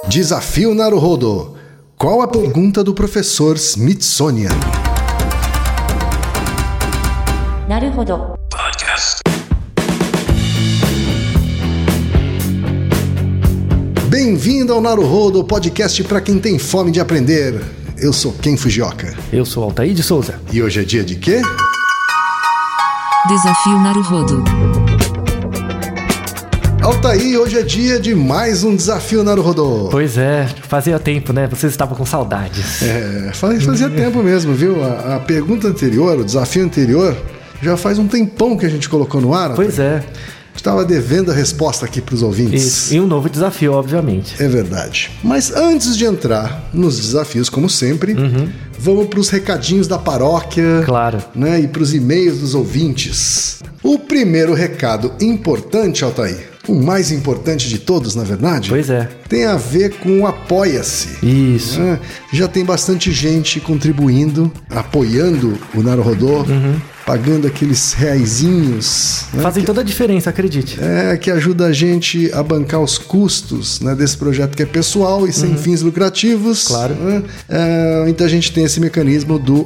Desafio Naruhodo. Qual a pergunta do professor Smithsonian? Naruhodo. Bem-vindo ao Naruhodo, podcast para quem tem fome de aprender. Eu sou Ken Fujioka. Eu sou Altair de Souza. E hoje é dia de quê? Desafio Naruhodo. Altair, hoje é dia de mais um Desafio Naruhodo. Pois é, fazia tempo, né? Vocês estavam com saudades. Fazia tempo mesmo, viu? A pergunta anterior, o desafio anterior, já faz um tempão que a gente colocou no ar. Pois é. Estava devendo a resposta aqui para os ouvintes. Isso. E um novo desafio, obviamente. É verdade. Mas antes de entrar nos desafios, como sempre, vamos para os recadinhos da paróquia. Claro. Né, e para os e-mails dos ouvintes. O primeiro recado importante, Altair, o mais importante de todos, na verdade, pois é, tem a ver com o Apoia-se. Isso. Né? Já tem bastante gente contribuindo, apoiando o Naruhodo, pagando aqueles reaisinhos. Né? Fazem toda a diferença, acredite. Que ajuda a gente a bancar os custos, né, desse projeto que é pessoal e sem fins lucrativos. Claro. Né? Então a gente tem esse mecanismo do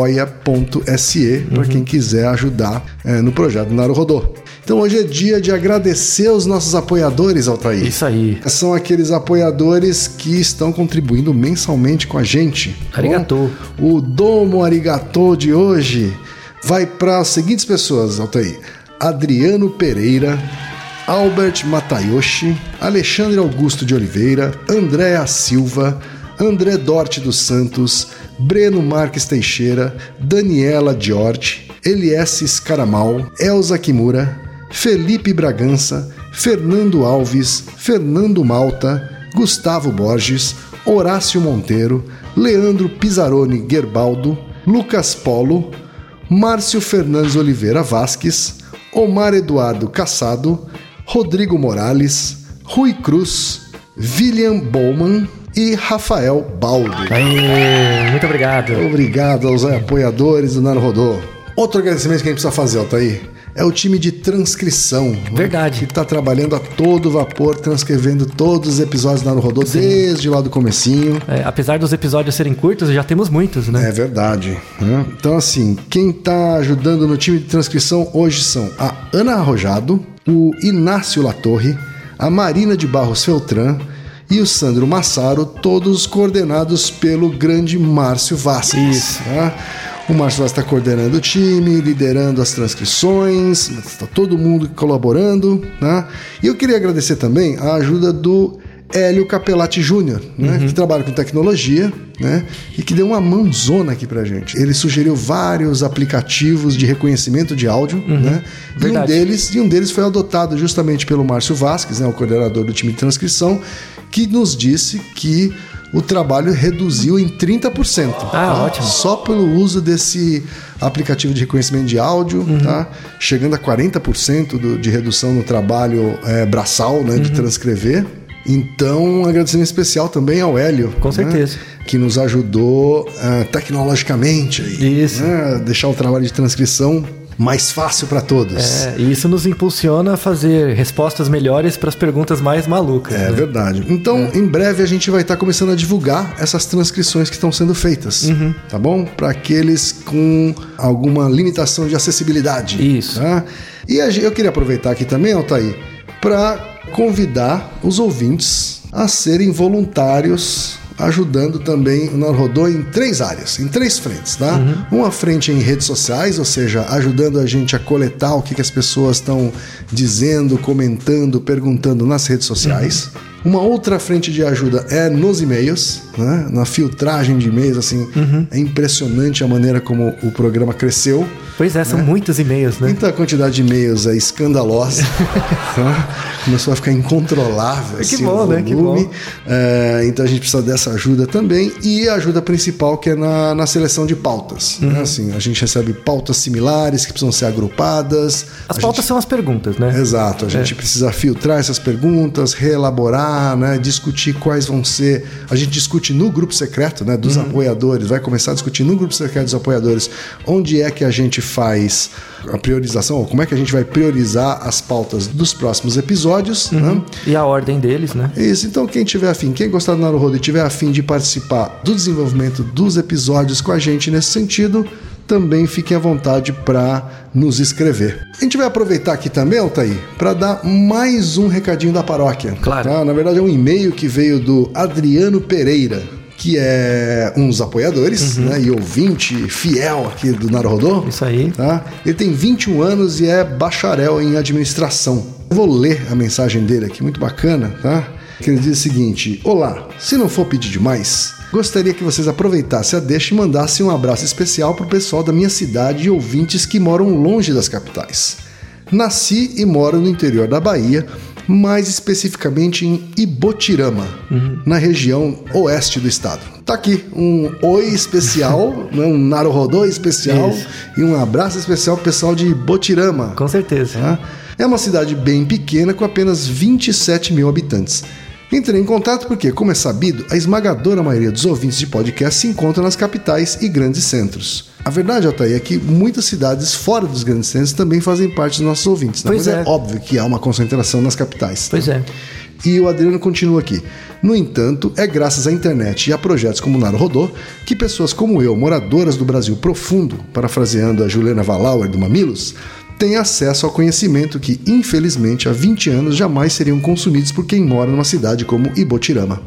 apoia.se para quem quiser ajudar no projeto do Naruhodo. Então hoje é dia de agradecer os nossos apoiadores, Altair. Isso aí. São aqueles apoiadores que estão contribuindo mensalmente com a gente. Arigatô. O Domo Arigatô de hoje vai para as seguintes pessoas, Altair: Adriano Pereira, Albert Matayoshi, Alexandre Augusto de Oliveira, Andréa Silva, André Dorte dos Santos, Breno Marques Teixeira, Daniela Giorgi, Eliesse Scaramal, Elza Kimura, Felipe Bragança, Fernando Alves, Fernando Malta, Gustavo Borges, Horácio Monteiro, Leandro Pizzaroni Gerbaldo, Lucas Polo, Márcio Fernandes Oliveira Vasques, Omar Eduardo Cassado, Rodrigo Morales, Rui Cruz, William Bowman e Rafael Baldo. Aê, muito obrigado. Obrigado aos apoiadores do Naruhodo. Outro agradecimento que a gente precisa fazer, Altair, é o time de transcrição. Verdade. Que está trabalhando a todo vapor, transcrevendo todos os episódios do Naruhodo desde lá do comecinho. Apesar dos episódios serem curtos, já temos muitos, né? É verdade. Então, assim, quem está ajudando no time de transcrição hoje são a Ana Arrojado, o Inácio Latorre, a Marina de Barros Feltran e o Sandro Massaro, todos coordenados pelo grande Márcio Vasques. Isso. Tá? O Márcio Vasques está coordenando o time, liderando as transcrições, está todo mundo colaborando. Tá? E eu queria agradecer também a ajuda do Hélio Capelati Júnior, né, que trabalha com tecnologia, né, e que deu uma mãozona aqui pra gente. Ele sugeriu vários aplicativos de reconhecimento de áudio, né, e um deles foi adotado justamente pelo Márcio Vasques, né, o coordenador do time de transcrição, que nos disse que o trabalho reduziu em 30%. Ótimo. Só pelo uso desse aplicativo de reconhecimento de áudio, tá? Chegando a 40% de redução no trabalho braçal, né, de transcrever. Então, um agradecimento especial também ao Hélio. Com certeza. Que nos ajudou tecnologicamente aí, isso. Né, deixar o trabalho de transcrição mais fácil para todos. E isso nos impulsiona a fazer respostas melhores para as perguntas mais malucas. É, né? Verdade. Então, em breve a gente vai estar começando a divulgar essas transcrições que estão sendo feitas, tá bom? Para aqueles com alguma limitação de acessibilidade. Isso. Tá? E eu queria aproveitar aqui também, Altair, para convidar os ouvintes a serem voluntários ajudando também o Naruhodo em 3 áreas, em 3 frentes, tá? Uma frente em redes sociais, ou seja, ajudando a gente a coletar o que as pessoas estão dizendo, comentando, perguntando nas redes sociais. Uma outra frente de ajuda é nos e-mails, né? Na filtragem de e-mails, assim, é impressionante a maneira como o programa cresceu. Pois é, são muitos e-mails, né? Então a quantidade de e-mails é escandalosa. Tá? Começou a ficar incontrolável. Que bom, né? Que bom. Então a gente precisa dessa ajuda também. E a ajuda principal que é na seleção de pautas. Né? Assim, a gente recebe pautas similares que precisam ser agrupadas. As pautas são as perguntas, né? Exato. A gente precisa filtrar essas perguntas, reelaborar, né? Discutir quais vão ser. A gente discute no grupo secreto, né? Dos apoiadores. Vai começar a discutir no grupo secreto dos apoiadores onde é que a gente faz a priorização, ou como é que a gente vai priorizar as pautas dos próximos episódios. Né? E a ordem deles, né? Isso, então quem tiver afim, quem gostar do Naruhodo e tiver afim de participar do desenvolvimento dos episódios com a gente nesse sentido, também fiquem à vontade para nos escrever. A gente vai aproveitar aqui também, Altair, para dar mais um recadinho da paróquia. Claro. Tá? Na verdade é um e-mail que veio do Adriano Pereira, que é um dos apoiadores, né, e ouvinte fiel aqui do Naruhodo. Isso aí. Tá? Ele tem 21 anos e é bacharel em administração. Eu vou ler a mensagem dele aqui, muito bacana, tá? Que ele diz o seguinte: olá, se não for pedir demais, gostaria que vocês aproveitassem a deixa e mandassem um abraço especial para o pessoal da minha cidade e ouvintes que moram longe das capitais. Nasci e moro no interior da Bahia, mais especificamente em Ibotirama, na região oeste do estado. Tá aqui um oi especial, né, um Naruhodo especial. Isso. E um abraço especial pro pessoal de Ibotirama. Com certeza. Tá? É uma cidade bem pequena com apenas 27 mil habitantes. Entrei em contato porque, como é sabido, a esmagadora maioria dos ouvintes de podcast se encontra nas capitais e grandes centros. A verdade, Altair, é que muitas cidades fora dos grandes centros também fazem parte dos nossos ouvintes. Né? Mas é óbvio que há uma concentração nas capitais. Pois é. E o Adriano continua aqui. No entanto, é graças à internet e a projetos como o Naruhodo que pessoas como eu, moradoras do Brasil profundo, parafraseando a Juliana Valauer do Mamilos, têm acesso ao conhecimento que, infelizmente, há 20 anos jamais seriam consumidos por quem mora numa cidade como Ibotirama.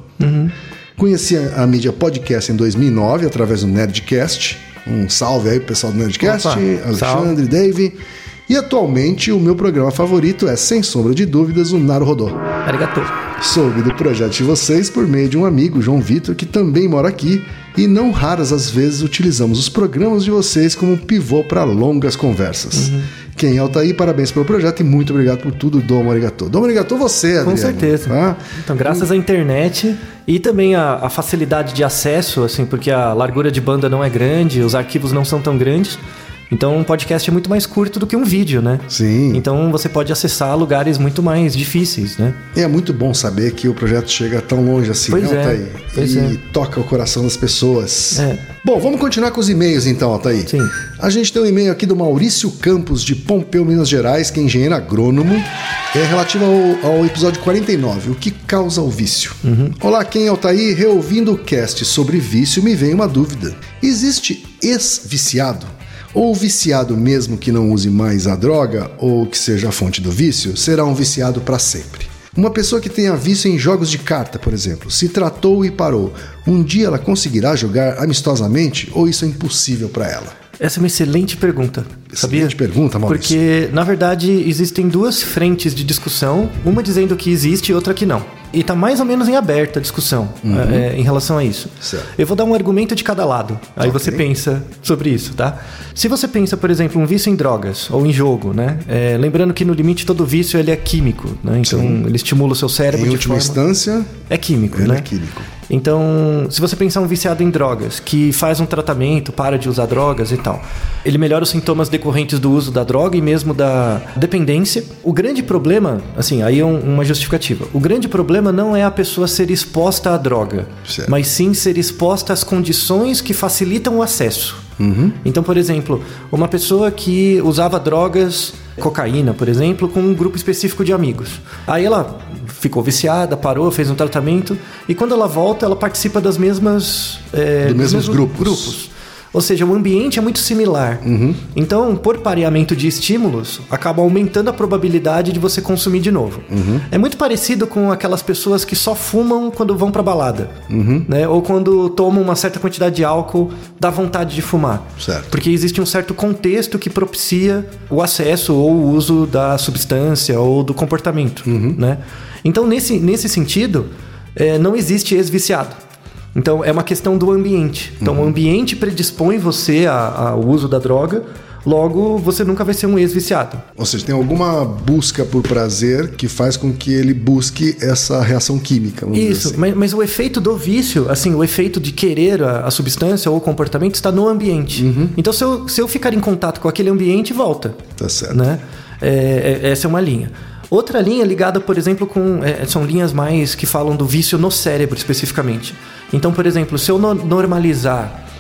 Conheci a mídia podcast em 2009 através do Nerdcast. Um salve aí pro pessoal do Nerdcast. Opa, Alexandre, Dave. E atualmente o meu programa favorito é, sem sombra de dúvidas, o Naruhodo. Arigatou. Soube do projeto de vocês por meio de um amigo, João Vitor, que também mora aqui, e não raras às vezes utilizamos os programas de vocês como pivô para longas conversas. Quem é Altair, parabéns pelo projeto e muito obrigado por tudo, Domo Arigatou. Domo Arigatou você, Adriano. Com certeza. Tá? Então, graças à internet e também a facilidade de acesso, assim, porque a largura de banda não é grande, os arquivos não são tão grandes. Então, um podcast é muito mais curto do que um vídeo, né? Sim. Então, você pode acessar lugares muito mais difíceis, né? E é muito bom saber que o projeto chega tão longe assim, pois né, é, Altair? Pois e toca o coração das pessoas. É. Bom, vamos continuar com os e-mails então, Altair. Sim. A gente tem um e-mail aqui do Maurício Campos, de Pompeu, Minas Gerais, que é engenheiro agrônomo. É relativo ao episódio 49, o que causa o vício. Olá, quem é Altair? Reouvindo o cast sobre vício, me vem uma dúvida. Existe ex-viciado? Ou viciado mesmo que não use mais a droga ou que seja a fonte do vício, será um viciado para sempre. Uma pessoa que tenha vício em jogos de carta, por exemplo, se tratou e parou, um dia ela conseguirá jogar amistosamente ou isso é impossível para ela? Essa é uma excelente pergunta, sabia? Excelente pergunta, Maurício. Porque, na verdade, existem duas frentes de discussão, uma dizendo que existe e outra que não. E está mais ou menos em aberta a discussão em relação a isso. Certo. Eu vou dar um argumento de cada lado, aí você pensa sobre isso, tá? Se você pensa, por exemplo, um vício em drogas ou em jogo, né? Lembrando que no limite todo vício ele é químico, né? Então ele estimula o seu cérebro em última instância, é químico, ele né? é químico. Então, se você pensar um viciado em drogas, que faz um tratamento, para de usar drogas e tal, ele melhora os sintomas decorrentes do uso da droga e mesmo da dependência. O grande problema, assim, aí é uma justificativa. O grande problema não é a pessoa ser exposta à droga, certo, mas sim ser exposta às condições que facilitam o acesso. Então, por exemplo, uma pessoa que usava drogas, cocaína, por exemplo, com um grupo específico de amigos. Aí ela ficou viciada, parou, fez um tratamento e quando ela volta, ela participa das mesmas... dos mesmos grupos. Ou seja, o ambiente é muito similar. Então, por pareamento de estímulos, acaba aumentando a probabilidade de você consumir de novo. É muito parecido com aquelas pessoas que só fumam quando vão pra balada. Né? Ou quando tomam uma certa quantidade de álcool, dá vontade de fumar. Certo. Porque existe um certo contexto que propicia o acesso ou o uso da substância ou do comportamento. Né? Então, nesse sentido, não existe ex-viciado. Então, é uma questão do ambiente. Então, o ambiente predispõe você ao uso da droga, logo, você nunca vai ser um ex-viciado. Ou seja, tem alguma busca por prazer que faz com que ele busque essa reação química. Isso, assim. mas o efeito do vício, assim, o efeito de querer a substância ou o comportamento está no ambiente. Então, se eu ficar em contato com aquele ambiente, volta. Tá certo. Né? Essa é uma linha. Outra linha ligada, por exemplo, são linhas mais que falam do vício no cérebro especificamente. Então, por exemplo, se eu normalizar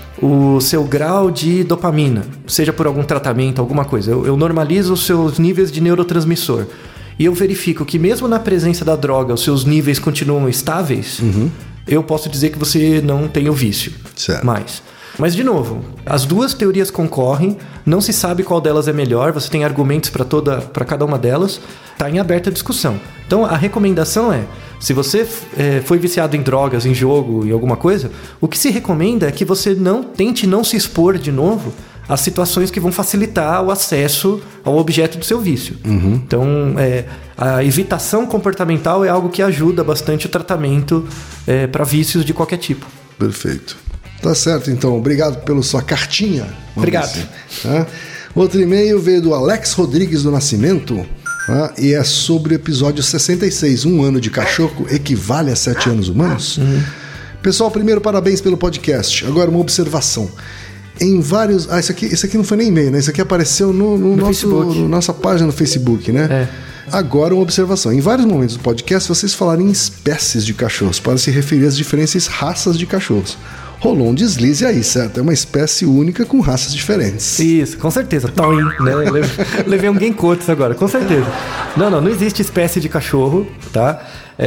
o seu grau de dopamina, seja por algum tratamento, alguma coisa. Eu normalizo os seus níveis de neurotransmissor. E eu verifico que mesmo na presença da droga, os seus níveis continuam estáveis, eu posso dizer que você não tem o vício. Certo. Mas, de novo, as duas teorias concorrem, não se sabe qual delas é melhor, você tem argumentos para cada uma delas, está em aberta discussão. Então, a recomendação é, se você foi viciado em drogas, em jogo, em alguma coisa, o que se recomenda é que você tente não se expor de novo às situações que vão facilitar o acesso ao objeto do seu vício. Então, a evitação comportamental é algo que ajuda bastante o tratamento para vícios de qualquer tipo. Perfeito. Tá certo, então. Obrigado pela sua cartinha. Obrigado. Tá? Outro e-mail veio do Alex Rodrigues do Nascimento, tá? E é sobre o episódio 66. 1 ano de cachorro equivale a 7 anos humanos? Pessoal, primeiro, parabéns pelo podcast. Agora, uma observação. Em vários... isso aqui não foi nem e-mail, né? Isso aqui apareceu no nossa página no Facebook, né? Agora, uma observação. Em vários momentos do podcast, vocês falaram em espécies de cachorros para se referir às diferentes raças de cachorros. Rolou um deslize aí, certo? É uma espécie única com raças diferentes. Isso, com certeza. Toin, né? Levei um Genkoutsu agora, com certeza. Não existe espécie de cachorro, tá?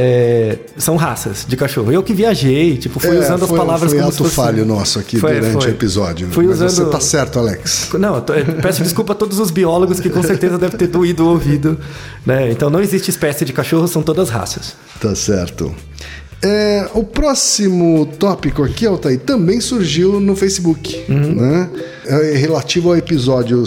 São raças de cachorro. Eu que viajei, fui usando as palavras como se fosse... Foi falho nosso aqui durante o episódio. Mas você tá certo, Alex. Não, peço desculpa a todos os biólogos que com certeza devem ter doído o ouvido, né? Então não existe espécie de cachorro, são todas raças. Tá certo. O próximo tópico aqui, Altair, também surgiu no Facebook, né? É relativo ao episódio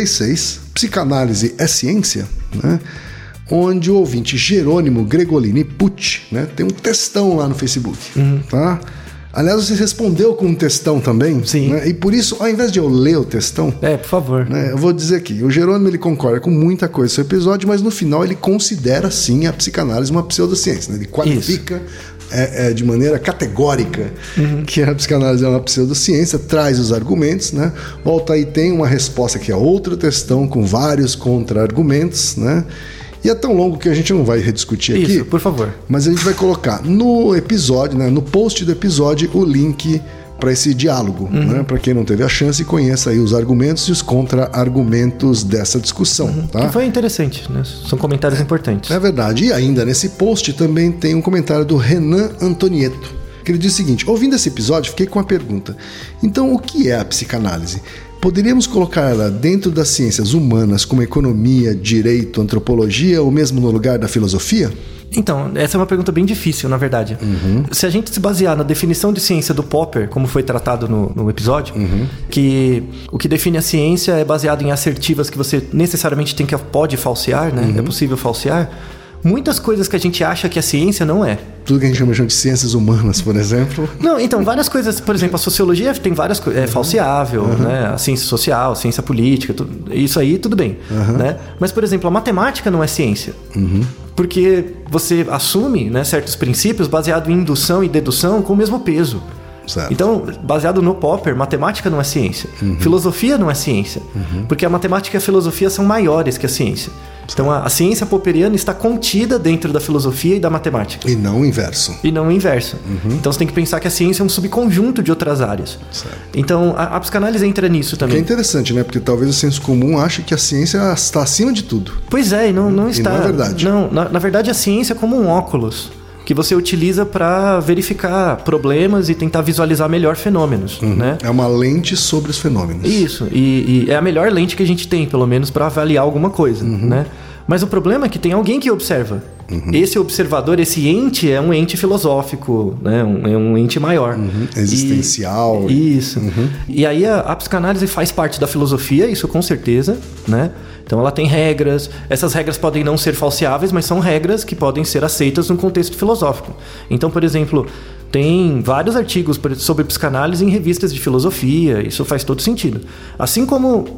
76, Psicanálise é Ciência, né? Onde o ouvinte Jerônimo Gregolini Pucci, né? Tem um textão lá no Facebook, tá? Aliás, você respondeu com um textão também. Sim. Né? E por isso, ao invés de eu ler o textão... por favor. Né, eu vou dizer aqui, o Jerônimo ele concorda com muita coisa nesse episódio, mas no final ele considera, sim, a psicanálise uma pseudociência. Né? Ele qualifica de maneira categórica que a psicanálise é uma pseudociência, traz os argumentos, né? O Altair tem uma resposta que é outro textão com vários contra-argumentos, né? E é tão longo que a gente não vai rediscutir aqui. Isso, por favor. Mas a gente vai colocar no episódio, né, no post do episódio, o link para esse diálogo, né? Para quem não teve a chance, conheça aí os argumentos e os contra-argumentos dessa discussão. Tá? Que foi interessante, né? São comentários importantes. É verdade. E ainda nesse post também tem um comentário do Renan Antonieto, que ele diz o seguinte: ouvindo esse episódio, fiquei com a pergunta. Então, o que é a psicanálise? Poderíamos colocar ela dentro das ciências humanas como economia, direito, antropologia ou mesmo no lugar da filosofia? Então, essa é uma pergunta bem difícil, na verdade. Se a gente se basear na definição de ciência do Popper, como foi tratado no episódio, que o que define a ciência é baseado em assertivas que você necessariamente pode falsear, né? É possível falsear. Muitas coisas que a gente acha que a ciência não é. Tudo que a gente chama de ciências humanas, por exemplo. Não, então, várias coisas, por exemplo, a sociologia tem várias coisas, é falseável, né? A ciência social, a ciência política, isso aí, tudo bem, né? Mas, por exemplo, a matemática não é ciência. Porque você assume, né, certos princípios baseado em indução e dedução com o mesmo peso. Certo. Então, baseado no Popper, matemática não é ciência. Filosofia não é ciência. Porque a matemática e a filosofia são maiores que a ciência. Então, a ciência popperiana está contida dentro da filosofia e da matemática. E não o inverso. Então, você tem que pensar que a ciência é um subconjunto de outras áreas. Certo. Então, a psicanálise entra nisso também. Que é interessante, né? Porque talvez o senso comum ache que a ciência está acima de tudo. Pois é, e não está. E não é verdade. Não, na verdade, a ciência é como um óculos que você utiliza para verificar problemas e tentar visualizar melhor fenômenos, né? É uma lente sobre os fenômenos. Isso, e é a melhor lente que a gente tem, pelo menos, para avaliar alguma coisa, né? Mas o problema é que tem alguém que observa. Esse observador, esse ente, é um ente filosófico, né? É um ente maior. Existencial. Isso. E aí a psicanálise faz parte da filosofia, isso com certeza, né? Então ela tem regras, essas regras podem não ser falseáveis, mas são regras que podem ser aceitas num contexto filosófico. Então, por exemplo, tem vários artigos sobre psicanálise em revistas de filosofia, isso faz todo sentido. Assim como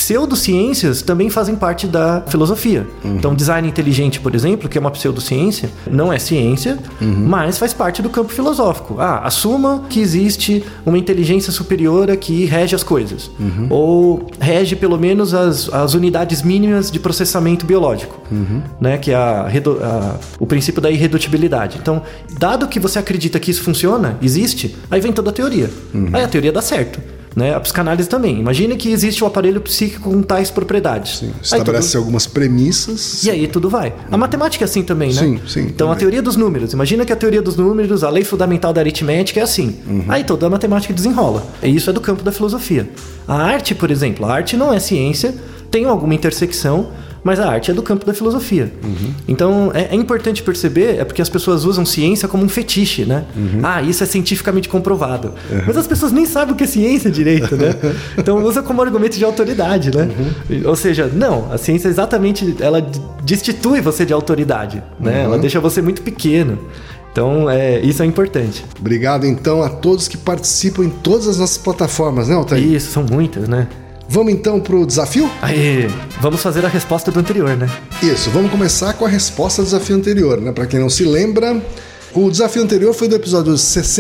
pseudociências também fazem parte da filosofia. Então, design inteligente, por exemplo, que é uma pseudociência, não é ciência, mas faz parte do campo filosófico. Assuma que existe uma inteligência superior que rege as coisas. Ou rege, pelo menos, as unidades mínimas de processamento biológico, né? Que é o princípio da irredutibilidade. Então, dado que você acredita que isso funciona, existe, aí vem toda a teoria. Aí a teoria dá certo. Né? A psicanálise também. Imagine que existe o aparelho psíquico com tais propriedades. Sim, estabelece algumas premissas. E aí tudo vai. A matemática é assim também, né? Sim. Então também. A teoria dos números. Imagina que a teoria dos números, a lei fundamental da aritmética é assim. Aí toda a matemática desenrola. E isso é do campo da filosofia. A arte, por exemplo, a arte não é ciência, tem alguma intersecção, mas a arte é do campo da filosofia. Então, é importante perceber, porque as pessoas usam ciência como um fetiche, né? Isso é cientificamente comprovado. Mas as pessoas nem sabem o que é ciência direito, né? Então, usa como argumento de autoridade, né? Ou seja, não, a ciência exatamente, ela destitui você de autoridade, né? Ela deixa você muito pequeno. Então, isso é importante. Obrigado, então, a todos que participam em todas as nossas plataformas, né, Altair? Isso, são muitas, né? Vamos então pro desafio? Aí, vamos fazer a resposta do anterior, né? Isso, vamos começar com a resposta do desafio anterior, né? Para quem não se lembra, o desafio anterior foi do episódio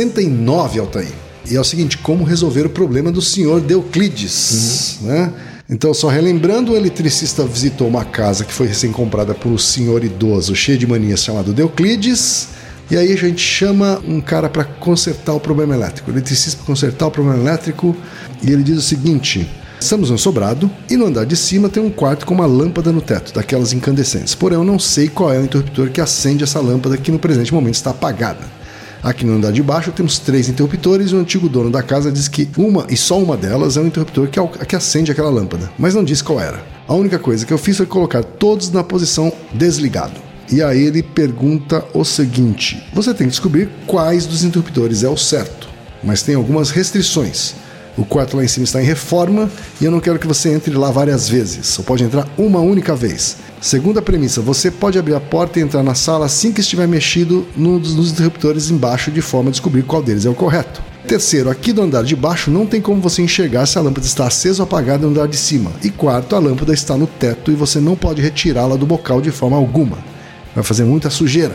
69, Altair. E é o seguinte, como resolver o problema do senhor Euclides, né? Então, só relembrando, o eletricista visitou uma casa que foi recém-comprada por um senhor idoso cheio de manias chamado Euclides. E aí a gente chama um cara para consertar o problema elétrico. O eletricista para consertar o problema elétrico. E ele diz o seguinte: estamos no sobrado e no andar de cima tem um quarto com uma lâmpada no teto, daquelas incandescentes. Porém, eu não sei qual é o interruptor que acende essa lâmpada que no presente momento está apagada. Aqui no andar de baixo temos 3 interruptores e o antigo dono da casa diz que uma e só uma delas é o interruptor que acende aquela lâmpada, mas não disse qual era. A única coisa que eu fiz foi colocar todos na posição desligado. E aí ele pergunta o seguinte: você tem que descobrir quais dos interruptores é o certo, mas tem algumas restrições. O quarto lá em cima está em reforma e eu não quero que você entre lá várias vezes, só pode entrar uma única vez. Segunda premissa, você pode abrir a porta e entrar na sala assim que estiver mexido nos interruptores embaixo, de forma a descobrir qual deles é o correto. Terceiro, aqui do andar de baixo não tem como você enxergar se a lâmpada está acesa ou apagada no andar de cima. E quarto, a lâmpada está no teto e você não pode retirá-la do bocal de forma alguma. Vai fazer muita sujeira.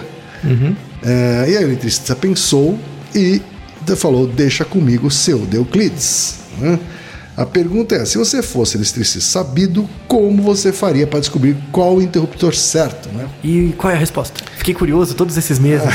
E aí o eletricista pensou e falou: deixa comigo, seu Euclides. A pergunta é: se você fosse eletricista sabido, como você faria para descobrir qual o interruptor certo? E qual é a resposta? Fiquei curioso todos esses meses.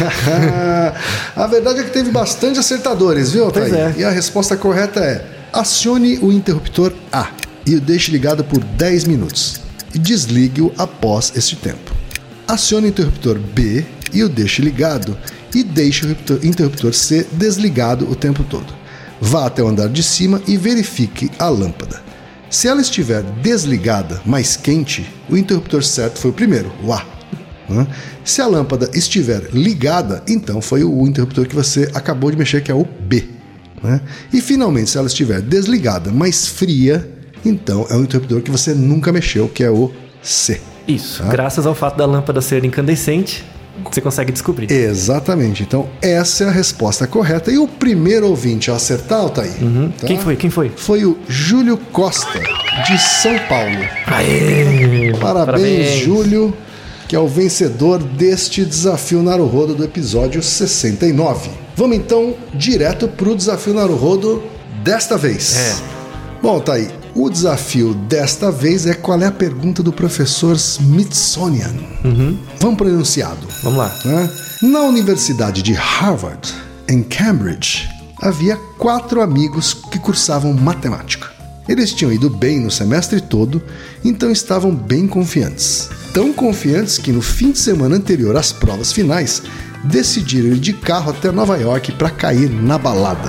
A verdade é que teve bastante acertadores, viu, Altair? Pois é. E a resposta correta é: acione o interruptor A e o deixe ligado por 10 minutos e desligue-o após este tempo. Acione o interruptor B e o deixe ligado e deixe o interruptor C desligado o tempo todo. Vá até o andar de cima e verifique a lâmpada. Se ela estiver desligada, mais quente, o interruptor certo foi o primeiro, o A. Se a lâmpada estiver ligada, então foi o interruptor que você acabou de mexer, que é o B. E finalmente, se ela estiver desligada, mais fria, então é o interruptor que você nunca mexeu, que é o C. Isso, graças ao fato da lâmpada ser incandescente, você consegue descobrir. Exatamente, então essa é a resposta correta. E o primeiro ouvinte a acertar, Altair, tá? Quem foi? Foi o Júlio Costa, de São Paulo. Aê! Parabéns, Júlio, que é o vencedor deste desafio Naruhodo do episódio 69. Vamos então direto pro desafio Naruhodo desta vez. Bom, Altair, o desafio desta vez é: qual é a pergunta do professor Smithsonian? Vamos para o enunciado. Vamos lá. Na Universidade de Harvard, em Cambridge, havia 4 amigos que cursavam matemática. Eles tinham ido bem no semestre todo, então estavam bem confiantes. Tão confiantes que no fim de semana anterior às provas finais, decidiram ir de carro até Nova York para cair na balada.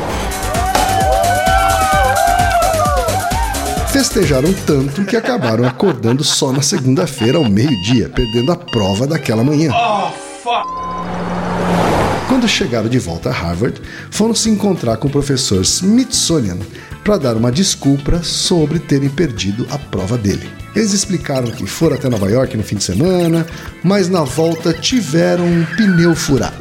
Festejaram tanto que acabaram acordando só na segunda-feira ao meio-dia, perdendo a prova daquela manhã. Quando chegaram de volta a Harvard, foram se encontrar com o professor Smithsonian para dar uma desculpa sobre terem perdido a prova dele. Eles explicaram que foram até Nova York no fim de semana, mas na volta tiveram um pneu furado.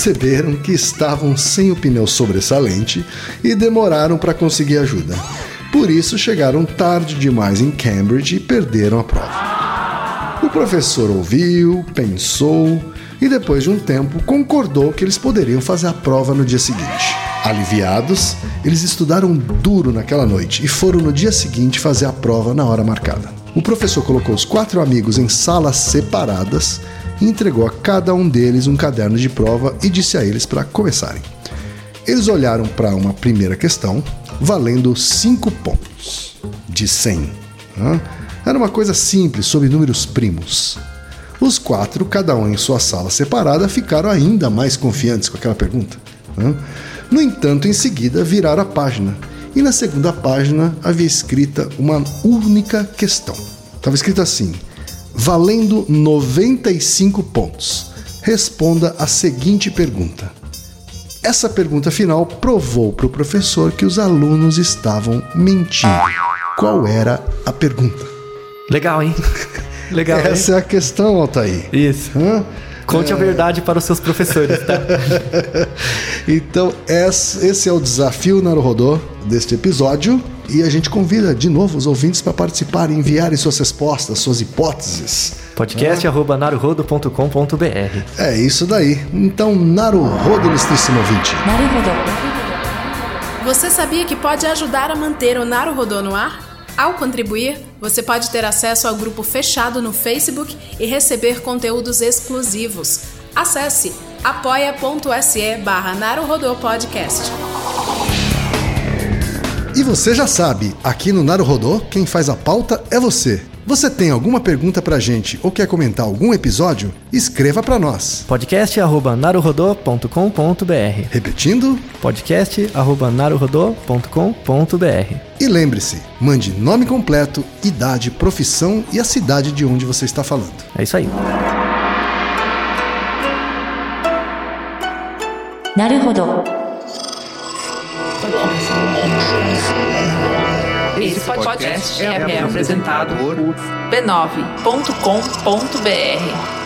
Perceberam que estavam sem o pneu sobressalente e demoraram para conseguir ajuda. Por isso chegaram tarde demais em Cambridge e perderam a prova. O professor ouviu, pensou e depois de um tempo concordou que eles poderiam fazer a prova no dia seguinte. Aliviados, eles estudaram duro naquela noite e foram no dia seguinte fazer a prova na hora marcada. O professor colocou os 4 amigos em salas separadas e entregou a cada um deles um caderno de prova e disse a eles para começarem. Eles olharam para uma primeira questão, valendo 5 pontos de 100. Era uma coisa simples, sobre números primos. Os 4, cada um em sua sala separada, ficaram ainda mais confiantes com aquela pergunta. No entanto, em seguida, viraram a página. E na segunda página havia escrita uma única questão. Estava escrito assim: valendo 95 pontos. Responda a seguinte pergunta. Essa pergunta final provou para o professor que os alunos estavam mentindo. Qual era a pergunta? Legal, hein? Legal. Essa é a questão, Altair. Isso. Conte a verdade para os seus professores, tá? Então, esse é o desafio Naruhodô deste episódio. E a gente convida de novo os ouvintes para participarem, enviarem suas respostas, suas hipóteses. podcast@naruhodo.com.br. É isso daí. Então, Naruhodô, ilustríssimo ouvinte. Naruhodô. Você sabia que pode ajudar a manter o Naruhodô no ar? Ao contribuir, você pode ter acesso ao grupo fechado no Facebook e receber conteúdos exclusivos. Acesse apoia.se/Naruhodô Podcast. E você já sabe, aqui no Naruhodô, quem faz a pauta é você. Você tem alguma pergunta pra gente ou quer comentar algum episódio? Escreva pra nós. podcast@naruhodô.com.br. Repetindo? podcast@naruhodô.com.br. E lembre-se, mande nome completo, idade, profissão e a cidade de onde você está falando. É isso aí. Naruhodô. Esse podcast é apresentado por b9.com.br.